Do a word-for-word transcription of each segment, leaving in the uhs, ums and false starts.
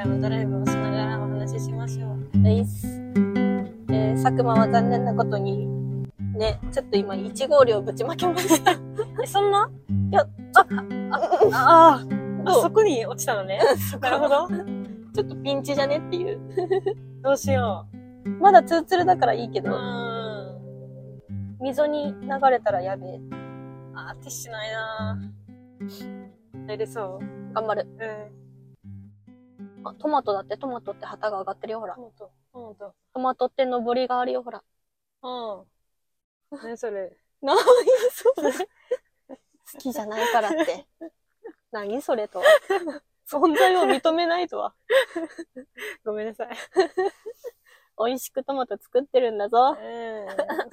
回もドライブをしながらお話ししましょう。 はいっす。えー、佐久間は残念なことに、ね、ちょっと今、いち号量ぶちまけました。 え、そんな？ いや、 あ、あ、あ、あ、 どうそこに落ちたのね。なるほど。 ちょっとピンチじゃねっていう。 どうしよう。まだツルツルだからいいけう。うど、 ーん。 溝に流れたらやべえ。 あー、ティッシュないなぁ。やりそう。 頑張る。 うん。 あ、トマトだって、トマトって旗が上がってるよ、ほらト。マト、トマト。 トマトって上りがあるよ、ほら。 うん。何それ。 なにそれ。好きじゃないからって。何それとは。存在を認めないとは。 ごめんなさい。 美味しくトマト作ってるんだぞ。 うん。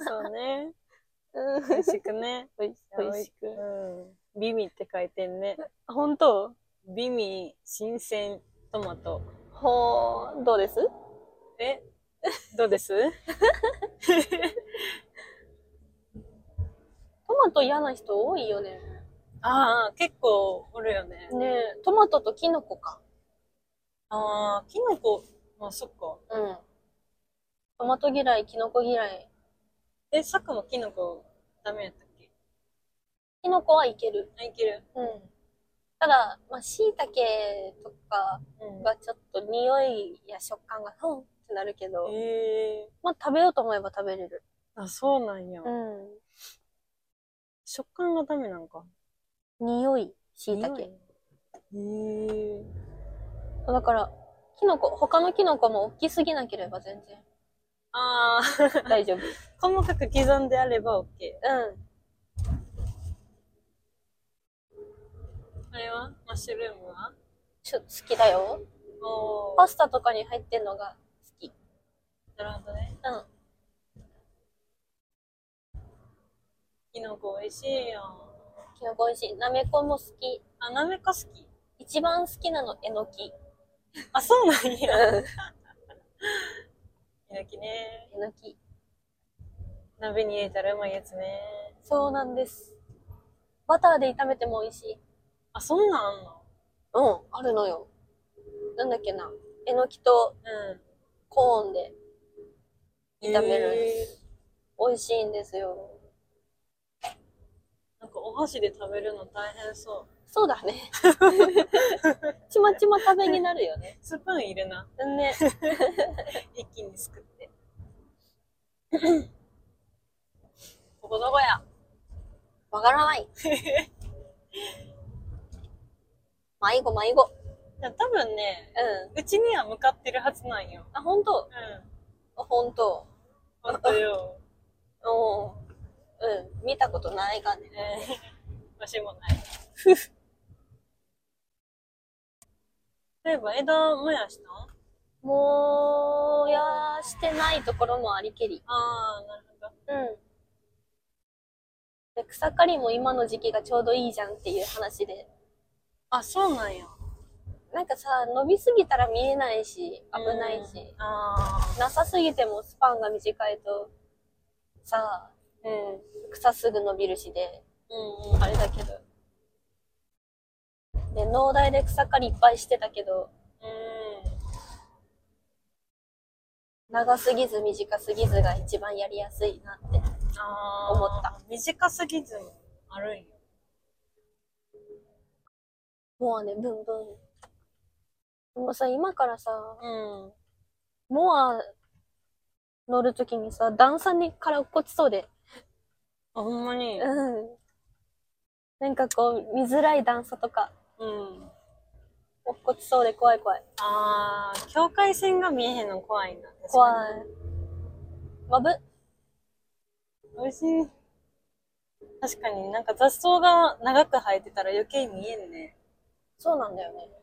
そうね。 うん。 美味しくね。 おい美味しく。 うん。美味って書いてんね。 本当？ 美味、新鮮、トマト。 ほー、どうです？ えどうですトマト嫌な人多いよね。 ああ、結構おるよね。 ねえ、トマトとキノコか。 ああ、キノコ、まあそっか。 うん。トマト嫌い、キノコ嫌い。 え、サクもキノコダメやったっけ？ キノコはいける。 あ、いける。 うん。ただ、まあ、椎茸とかうん。 がちょっと匂いや食感がふんってなるけど、 ええまあ食べようと思えば食べれる。 ー。あ、そうなんや。 うん。 食感がダメなんか。 匂い、椎茸。 へえ。 だから、キノコ、他のキノコも大きすぎなければ全然ああ、 大丈夫。 細かく刻んであれば OK。 うん。 あれはマッシュルームはちょ好きだよ。 おー。 パスタとかに入ってんのが好き。 なるほどね。 うん。 キノコ美味しいよ。 キノコ美味しい。なめこも好き。 あ、なめこ好き。 一番好きなの、えのき。 あ、そうなんや。 うん。 えのきね。 えのき。 鍋に入れたらうまいやつね。 そうなんです。バターで炒めても美味しい。 あ、そんなんあんの？ うん、あるのよ。なんだっけな。えのきとうん。 コーンで炒めるんでへす。美味しいんですよ。 ーなんかお箸で食べるの大変そう。 そうだね。ちまちま食べになるよね。 スプーンいるな。 ね。 一気にすくって。ここどこや？ わからない。迷子迷子。 いや多分ね、 うん。 うちには向かってるはずなんよ。 あ、ほんと？ うん。 あ、ほんと。 ほんとよ。 おうん。見たことないがね。 えー、わしもない。例えば枝燃やしたん？ もう、やしてないところもありけり。 あー、なるほど。 うん。で、草刈りも今の時期がちょうどいいじゃんっていう話で。 あ、そうなんや。 なんかさ、伸びすぎたら見えないし、危ないし。 うんあなさすぎてもスパンが短いと、さ、 ー。うん。 草すぐ伸びるしで、 うんうん。 あれだけど。で、農大で草刈りいっぱいしてたけど、 うん。 長すぎず短すぎずが一番やりやすいなってあー思った。 短すぎずもあるんよ。 モアね、ブンブン。でもさ、今からさ、 うん。 モア乗るときにさ、段差にから落っこちそうで。 あ、ほんまに。 うん。なんかこう、見づらい段差とか、 うん。 落っこちそうで怖い怖い。 あー、境界線が見えへんの怖いな。 怖い。まぶ。 美味しい。確かになんか雑草が長く生えてたら余計見えんね。 そうなんだよね。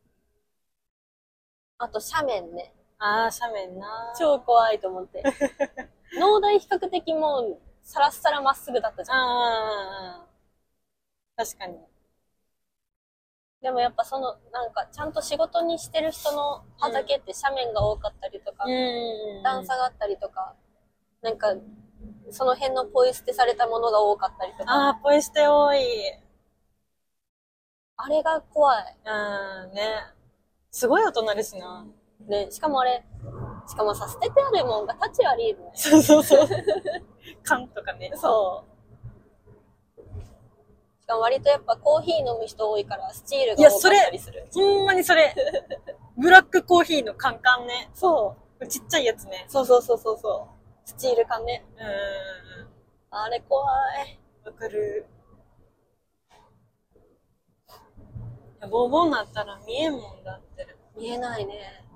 あと斜面ね。 あー、斜面な。 超怖いと思って。農大比較的もう、さらっさらまっすぐだったじゃん。 あー、確かに。 でもやっぱその、なんか、ちゃんと仕事にしてる人の畑って斜面が多かったりとか、 うん。 段差があったりとか、なんか、その辺のポイ捨てされたものが多かったりとか、 あー、ポイ捨て多い。 あれが怖い。 うん、ね。 すごい音鳴るしな。 ね、しかもあれ、しかもさ、捨ててあるもんがタチ悪いよね。 そうそうそう。缶とかね。 そう。しかも割とやっぱコーヒー飲む人多いからスチールが多かったりする。 ほんまにそれ。ブラックコーヒーのカンカンね。 そう。 ちっちゃいやつね。 そうそうそうそうそう。スチール缶ね。 うーん。 あれ怖い。 わかる。いや、ボーボーになったら見えんもんだって。 見えないね。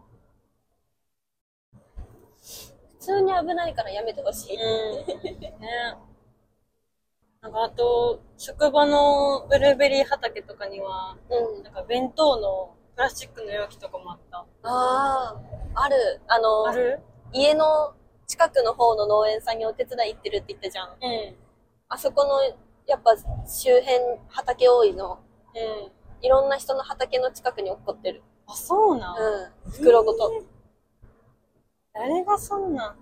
普通に危ないからやめてほしい。 うん。ね。なんかあと、職場のブルーベリー畑とかには、 うん。 なんか弁当のプラスチックの容器とかもあった。 ああ、ある。あの、 ある？ 家の近くの方の農園さんにお手伝い行ってるって言ったじゃん。 うん。 あそこの、やっぱ周辺畑多いの。 うん。 いろんな人の畑の近くに落っこってる。 あ、そうなん？ うん。袋ごと。 えー誰がそんな。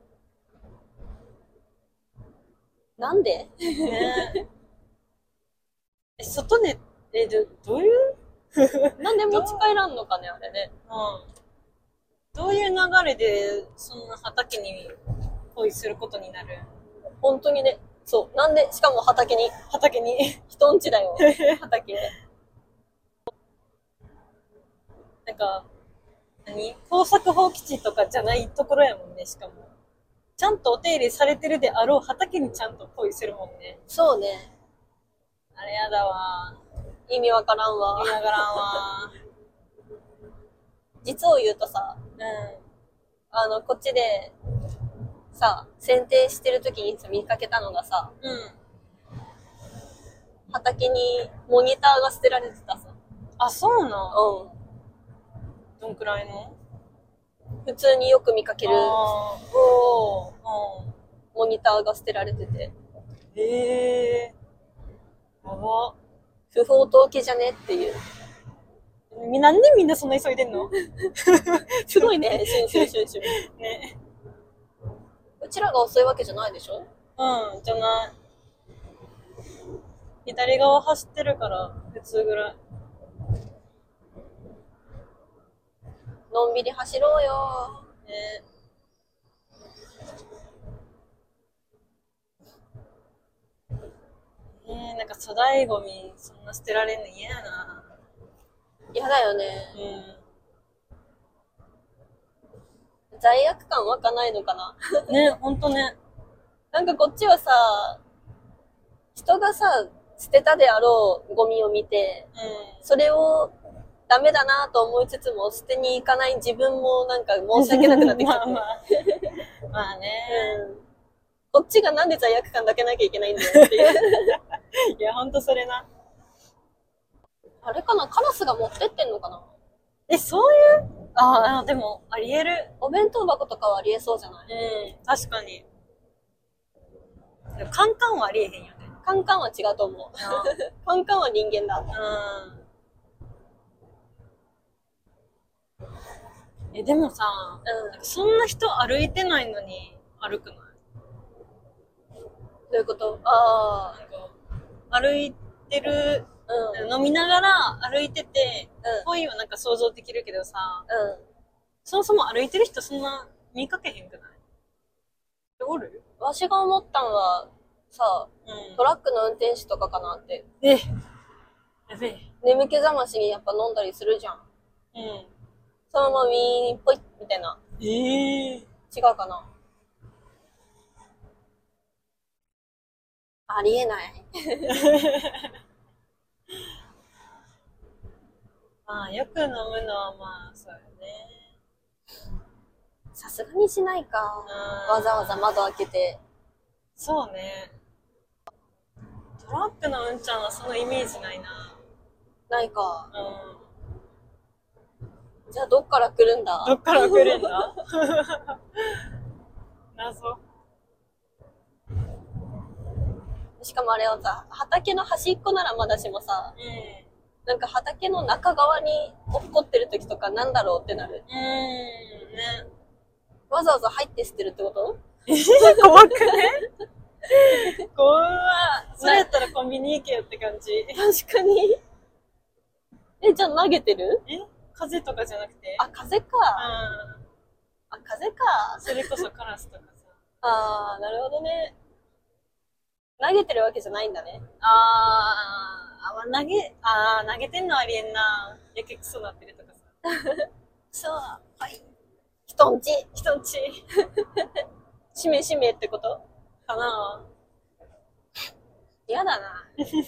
なんで？ ねえ、外で、え、ど、どういうなんで持ち帰らんのかね、あれね。 うん。どういう流れで、そんな畑に恋することになる？ 本当にね。そう。なんで、しかも畑に。 畑に。 人んちだよ。畑で。 なんか、何耕作放棄地とかじゃないところやもんね、しかも。ちゃんとお手入れされてるであろう畑にちゃんと恋するもんね。 そうね。 あれやだわ。 意味わからんわ見。ながらんわ。 実を言うとさ、 うあの、こっちで、さ、剪定してる時に見かけたのがさ、 ん。うん。 畑にモニターが捨てられてたさ。 あ、そうなん？ うどんくらいの？ ん。普通によく見かけるあーおー。 モニターが捨てられてて、 うん。へえー。やば。 不法投棄じゃねっていう。 みなんでみんなそんな急いでんの？ すごいね、シュンシュンシュンシュン。 ね。 うちらが遅いわけじゃないでしょ？ うん、じゃない。左側走ってるから普通ぐらい。 のんびり走ろうよ。 ね。えー、なんか粗大ゴミそんな捨てられんの嫌やな。 嫌だよね。 う罪悪感湧かないのかな。 ん。ね、ほんとね。 なんかこっちはさ、人がさ、捨てたであろうゴミを見て、 うそれをダメだなと思いつつも捨てに行かない自分もなんか申し訳なくなってきちゃって。 まあまあ。まあね。 うん、こっちがなんで罪悪感だけなきゃいけないんだよっていう。 いや、ほんとそれな。 あれかな、カラスが持ってってんのかな。 え、そういうああ、でも、ありえる。 お弁当箱とかはありえそうじゃない？ うん、確かに。でもカンカンはありえへんよね。 カンカンは違うと思う。カンカンは人間だ。 うん。え、でもさ、 うん。 なんかそんな人歩いてないのに歩くない？ どういうこと？あなんか、歩いてる、 あ、うん。 飲みながら歩いてて、 うん。 恋はなんか想像できるけどさ、 うん。 そもそも歩いてる人そんな見かけへんくない？えおる？ わしが思ったんは、さ、 うんト。ラックの運転手とかかなって。 え、やべえ。 眠気覚ましにやっぱ飲んだりするじゃん。 うん。 そのままウィーン、ポイッ、みたいな。 ええー。 違うかな。ありえない。 まあ、よく飲むのはまあ、そうよね。 さすがにしないか。 うんわざわざ窓開けて。 そうね。トラックのうんちゃんはそのイメージないな。 ないか。 うん。 じゃあどっから来るんだ？ どっから来るんだ？謎。 しかもあれはさ、畑の端っこならまだしもさ、 うん。 なんか畑の中側に落っこってる時とかなんだろうってなる。 うーん、ね。 わざわざ入って捨てるってこと？ 怖くね？怖い。それやったらコンビニ行けよって感じ。 確かに。え、じゃあ投げてる？ え風とかじゃなくて。 あ、風か。 うん。 あ、風か。 それこそカラスとかさ。 あー、なるほどね。投げてるわけじゃないんだね。 あー、あ、投げ、あー、投げてんのありえんな。やけくそなってるとかさ。 そう。はい。人んち。 人んち。 しめしめってことかな。 嫌だな。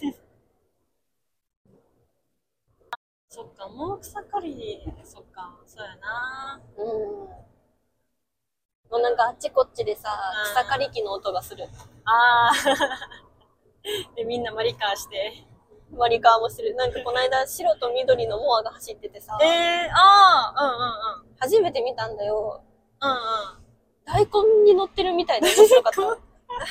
そっか、もう草刈り。そっか、そうやな。 うん。もうなんかあっちこっちでさ、 うん草刈り機の音がする。 あー。で、みんなマリカーして。 マリカーもする。なんかこの間白と緑のモアが走っててさ、 えー、あー、うんうんうん。 初めて見たんだよ。 うんうん。 大根に乗ってるみたいで面白かった。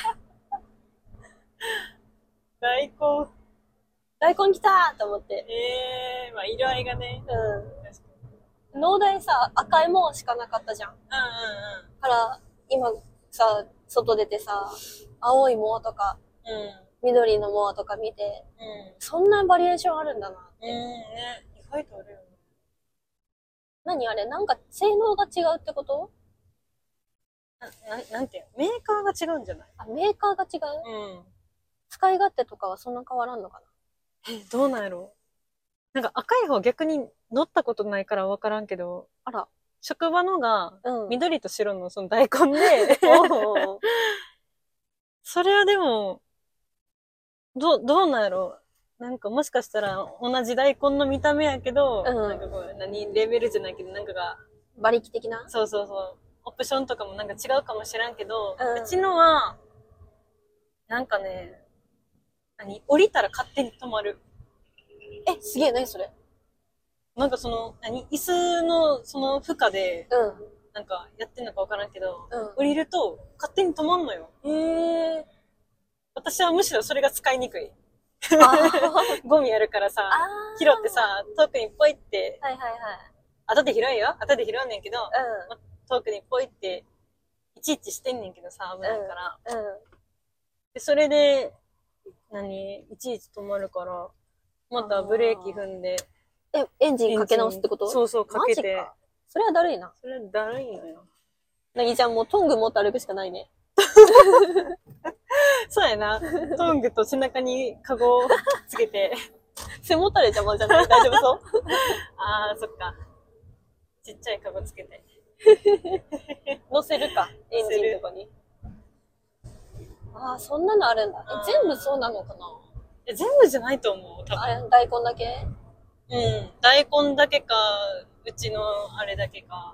大根。 大根来たーと思って。 えー、まあ、色合いがね。 うん。 確かに。 農大さ、赤いもんしかなかったじゃん。 うんうんから、今さ、外出てさ、青いモアとか、 うん。うん。 緑のモアとか見て、 うん。 そんなバリエーションあるんだなって。 うんね。意外とあるよね。 何あれなんか性能が違うってこと？ な、ななんていうのメーカーが違うんじゃない？ あ、メーカーが違う？ うん。 使い勝手とかはそんな変わらんのかえ、どうなんやろなんか赤い方逆に乗ったことないからわからんけど、 な？あら。 職場のがうん。 緑と白のその大根で、 おーそれはでも、どう、どうなんやろなんかもしかしたら同じ大根の見た目やけど、 うんなんかこう、何、レベルじゃないけど、なんかが、 馬力的な？ そうそうそう、オプションとかもなんか違うかもしらんけど、 うんうちのは、なんかね、何、降りたら勝手に止まる。 え、すげえ、何それ？ なんかその、何、椅子のその負荷で、 うなんかやってんのかわからんけど、 うん降りると勝手に止まんのよ。 ん。へえ。 私はむしろそれが使いにくい。 あーゴミあるからさ、 あー。 拾ってさ、遠くにポイって、 はいはいはい。 後で拾うよ。後で拾うねんけど、 うま遠くにポイって、いちいちしてんねんけどさ、危ないから。 ん。うん。 で、それで、何、いちいち止まるから、またブレーキ踏んで、 え、エンジンかけ直すってこと？ そうそう、かけて。 マジか。それはだるいな。 それだるいのよ。 なぎちゃんもうトング持って歩くしかないね。 そうやな。トングと背中にカゴをつけて。 背もたれ邪魔じゃない？大丈夫そう？ あー、そっか。ちっちゃいカゴつけて。 乗せるか、エンジンとかに。ああ、そんなのあるんだ。え、全部そうなのかな？ え、全部じゃないと思う、多分。 あれ、大根だけ？ うん。大根だけか、うちのあれだけか。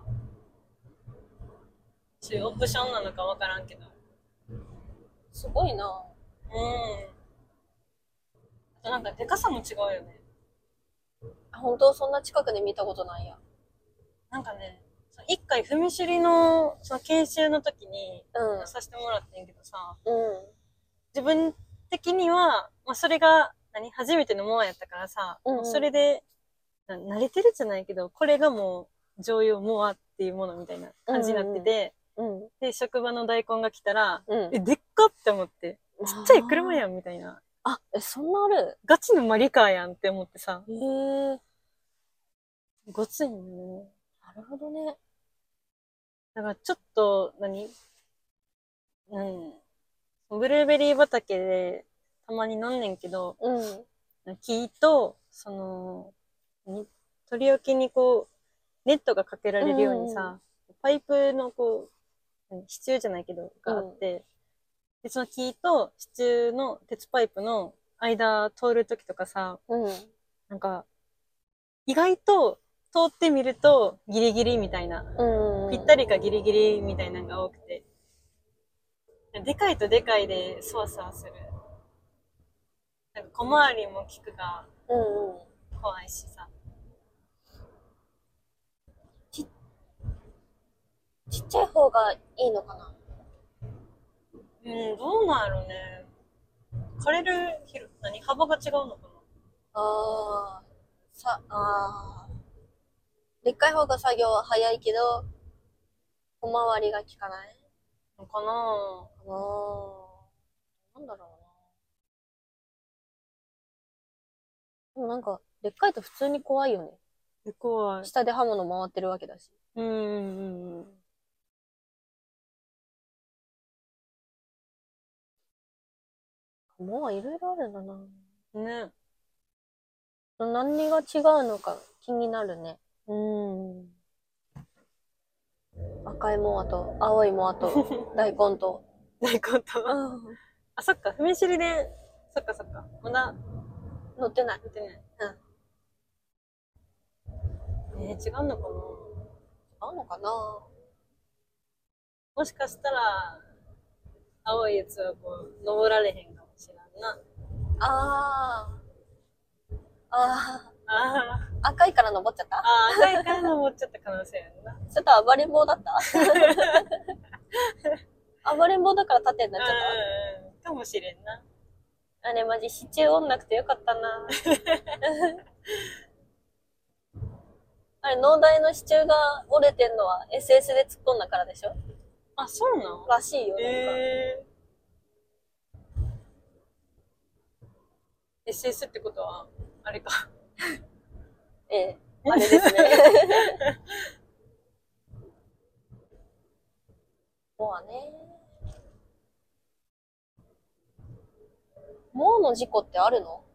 そういうオプションなのかわからんけど。 すごいな。 うん。あとなんかでかさも違うよね。 あ、本当そんな近くで見たことないや。 なんかね、一回踏みしりのその研修の時にうん。 させてもらってんけどさ、 うん。 自分的には、まあ、それが何初めてのものやったからさ、 うんうんもうそれでな慣れてるじゃないけど、これがもう常用モアっていうものみたいな感じになってて、 うん。 で、職場の大根が来たら、 うん。 え、でっかって思って、ちっちゃい車やんみたいな。 あ、え、そんなある？ ガチのマリカーやんって思ってさ、 へえ。 ごついんね。 なるほどね。 だからちょっと、何うん。ブルーベリー畑でたまに飲んねんけど、 うん。 木と、その、に取り置きにこう、ネットがかけられるようにさ、パイプのこう、何支柱じゃないけど、があって、で、その木と支柱の鉄パイプの間通るときとかさ、 うん。 なんか、意外と通ってみるとギリギリみたいな、 うん。 ぴったりかギリギリみたいなのが多くて、でかいとでかいでそわそわする。なんか小回りも効くがうんうん。 怖いしさ。 ち、ちっちゃい方がいいのかな？ うん、どうなんやろうね。枯れる広、何幅が違うのかああ、さ、ああ。でっかい方が作業は早いけど、小回りが効かないなのかなかな？なんだろうな。でもなんか、でっかいと普通に怖いよね。 え、怖い。 下で刃物回ってるわけだし。 うんうんうん。 もういろいろあるんだな。 ね。 何が違うのか気になるね。 うん。 赤いモアと青いモアと大根と。 ないこと。 うん。 あ、そっか。踏切で、そっかそっか。まだ乗ってない。 見てない。 うん。 えー、違うのかな。 あんのかな。 もしかしたら、青いやつはこう、登られへんかもしらんな。 あー。ああー。赤いから登っちゃった。 あ、ああ、赤いから登っちゃった可能性やんな。 ちょっと暴れん坊だった暴れん坊だから縦になっちゃっうん、かもしれんな。 た。あれマジ支柱折んなくてよかったな。あれ、農大の支柱が折れてんのは エスエス で突っ込んだからでしょ。 あ、そうなの。 らしいよ、なんか。 えー、エスエス ってことは、あれか。 ええ、あれですね。もうね。もうの事故ってあるの？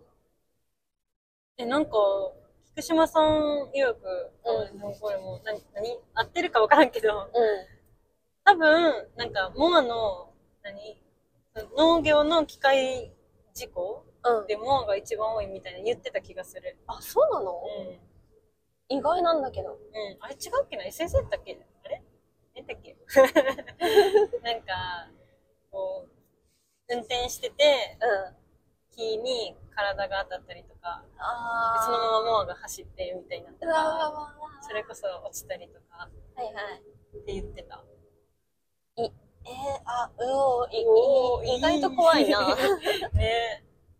え、なんか、菊島さん曰く、 うんもうこれもう、なに、何合ってるかわからんけど、 う多分、なんか、モアの、何農業の機械事故ん。うん。 でモアが一番多いみたいな言ってた気がする。 あ、そうなの？ うん。 意外なんだけど。 うん。あれ違うっけな？ エスエス やったっけ？あれ何だっけなんか、こう、運転してて、 うん。 木に体が当たったりとか、 あー。 そのままモアが走ってみたいなとうわうわうか、 わうわ。 それこそ落ちたりとかはいはい。 って言ってた。 い、えー、あ、うおー、い、 おーい、意外と怖いな。 ね。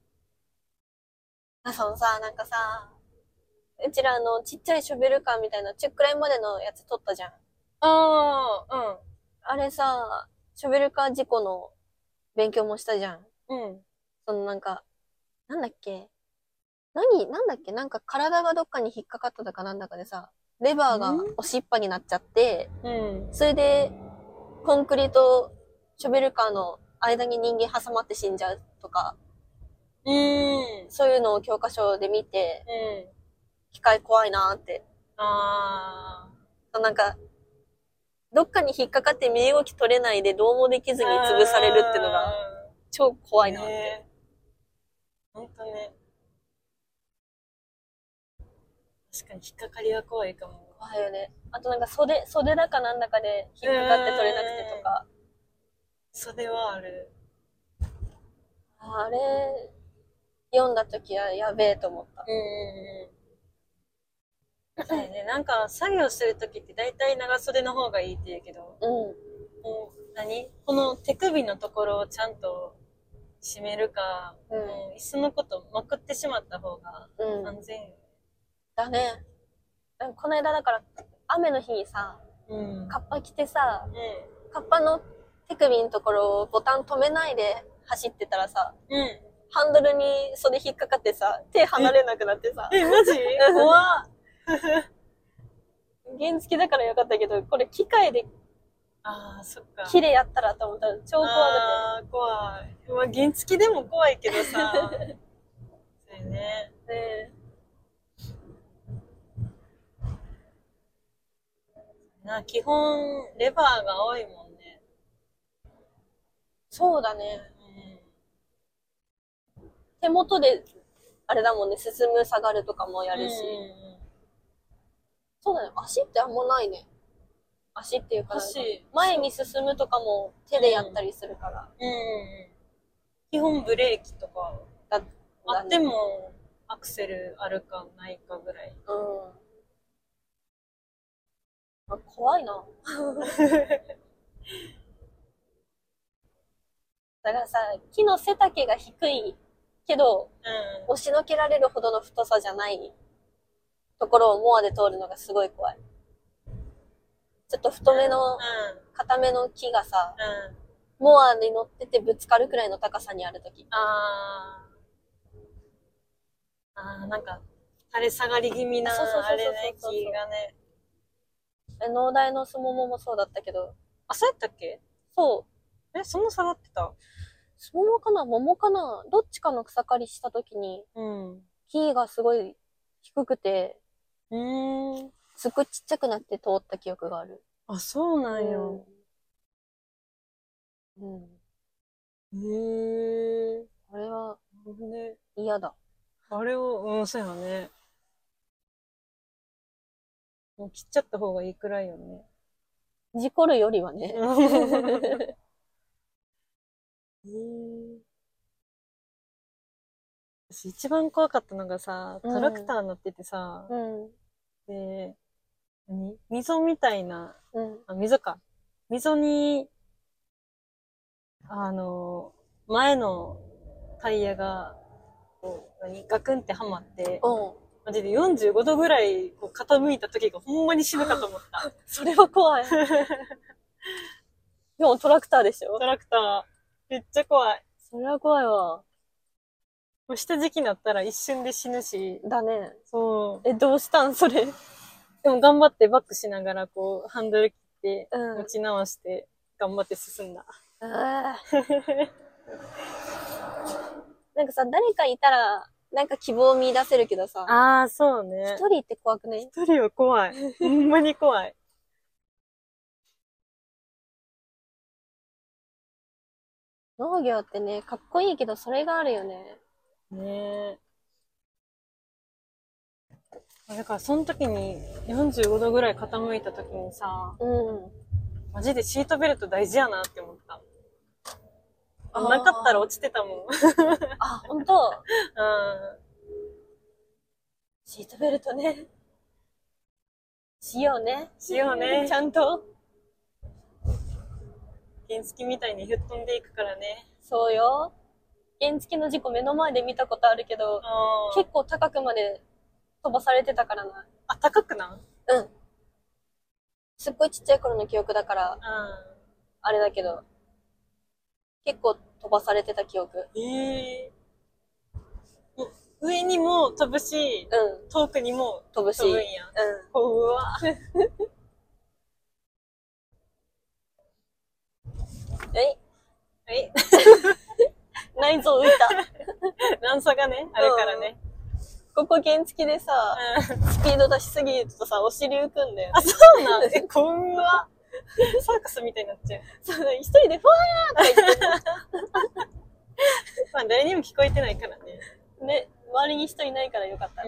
あ、そのさ、なんかさ、うちらあの、ちっちゃいショベルカーみたいな、中くらいまでのやつ撮ったじゃん。 ああ、 あれさ、ショベルカー事故の勉強もしたじゃん。 うん。うん。 そのなんか、なんだっけ何なんだっけなんか体がどっかに引っかかっただかなんだかでさ、レバーが押しっぱになっちゃって、 うん。 それで、コンクリート、ショベルカーの間に人間挟まって死んじゃうとか、 うん。 そういうのを教科書で見て、 うん。 機械怖いなーって。 あなんか、どっかに引っかかって身動き取れないでどうもできずに潰されるっていうのが超怖いなって。 ね、ほんとね。確かに引っかかりは怖いかも。 怖いよね。あとなんか袖、袖だかなんだかで引っかかって取れなくてとか。 袖はある。 あれ、読んだ時はやべえと思った。 うんうんうん。そうやね。なんか作業するときって大体長袖の方がいいって言うけど、 うん。 もう何この手首のところをちゃんと締めるか、 うんもういっそのことまくってしまった方がうん。 安全よ。 だね。この間だから、雨の日にさ、 うん。 カッパ着てさ、 うカッパの手首のところをボタン止めないで走ってたらさ、 ん。うん。 ハンドルに袖引っかかってさ、手離れなくなってさ。 え、マジ怖っ。 原付だからよかったけど、これ機械でああ、そっか。 木でやったらと思ったら超怖くて。 ああ、怖い。まあ、原付でも怖いけどさ。そうやね。 ねえ。 な、基本、レバーが多いもんね。 そうだね。 うん。 手元で、あれだもんね、進む下がるとかもやるし。 うんうんそうだね、足ってあんまないね。足っていうかなんか足前に進むとかも手でやったりするから。 うん。うんうん。基本ブレーキとか、 だあってもアクセルあるかないかぐらい。 うん。あ、怖いな。だからさ、木の背丈が低いけど、 うん。 押しのけられるほどの太さじゃないところをモアで通るのがすごい怖い。ちょっと太めの、 うん。 硬めの木がさ、 うん。 モアに乗っててぶつかるくらいの高さにあるとき。 あー。あー、なんか、 垂れ下がり気味な、 そうそうそうそうあれね、 そう木がね。 え農大のすもももそうだったけど、 あ、そうやったっけ？ そう、 え、そんな下がってた？ すももかな桃かなどっちかの草刈りした時に、 うん。 木がすごい低くて、 うーん。 すっごいちっちゃくなって通った記憶がある。 あ、そうなんよ。 うん。うん。 へえ。 あれはね、 嫌だ。 あれを、うん、そうやね。もう切っちゃった方がいいくらいよね。 事故るよりはね。 へえ。私一番怖かったのがさ、トラクター乗っててさ、 うん。 で、何溝みたいな、 うん。 あ、溝か。溝に、あの、前のタイヤが、こう、何ガクンってはまって、 うん。 マジでよんじゅうごどぐらいこう傾いた時がほんまに死ぬかと思った。 それは怖い。でもトラクターでしょ？ トラクター、めっちゃ怖い。 それは怖いわ。 もう下敷きになったら一瞬で死ぬし。 だね。 そう。 え、どうしたんそれ。 でも頑張ってバックしながらこう、ハンドル切ってうん、 持ち直して頑張って進んだ。 あなんかさ、誰かいたら、なんか希望を見出せるけどさ、 ああ、そうね。 一人って怖くね？ 一人は怖い。ほんまに怖い。 農業ってね、かっこいいけど、それがあるよね。 ねえ。だからその時によんじゅうごどぐらい傾いた時にさ、 うん。 マジでシートベルト大事やなって思った。 あーなかったら落ちてたもん。 あ、ほんと？ うん。 シートベルトね。しようね。 しようねちゃんと。 原付みたいに吹っ飛んでいくからね。 そうよ。原付の事故目の前で見たことあるけど、結構高くまで飛ばされてたからな。 あ、高くなん？ うん。すっごいちっちゃい頃の記憶だから、 うあれだけど、結構飛ばされてた記憶。 ん。ええー。上にも飛ぶし、 うん。 遠くにも飛ぶし。 飛ぶんや。 うん。 こう、うわ。 ええ内臓浮いた。 段差がね、あるからね。 ここ原付でさ、 うん。 スピード出しすぎるとさ、お尻浮くんだよね。 あ、そうなん？え、こう、うわ。サーカスみたいになっちゃう。 そう一人でふわーって言ってまあ、誰にも聞こえてないからね。 ね、周りに人いないからよかった。 うん。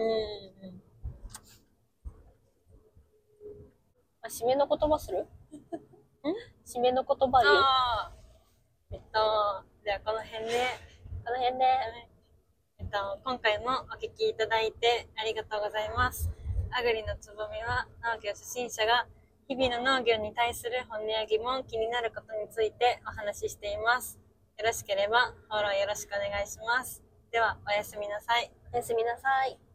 あ、締めの言葉する？ ん締めの言葉言う？ ああ。えっと、じゃあこの辺で、 この辺で。 えっと、今回もお聞きいただいてありがとうございます。あぐりのつぼみは農業初心者が日々の農業に対する本音や疑問、気になることについてお話ししています。よろしければフォローよろしくお願いします。では、おやすみなさい。 おやすみなさい。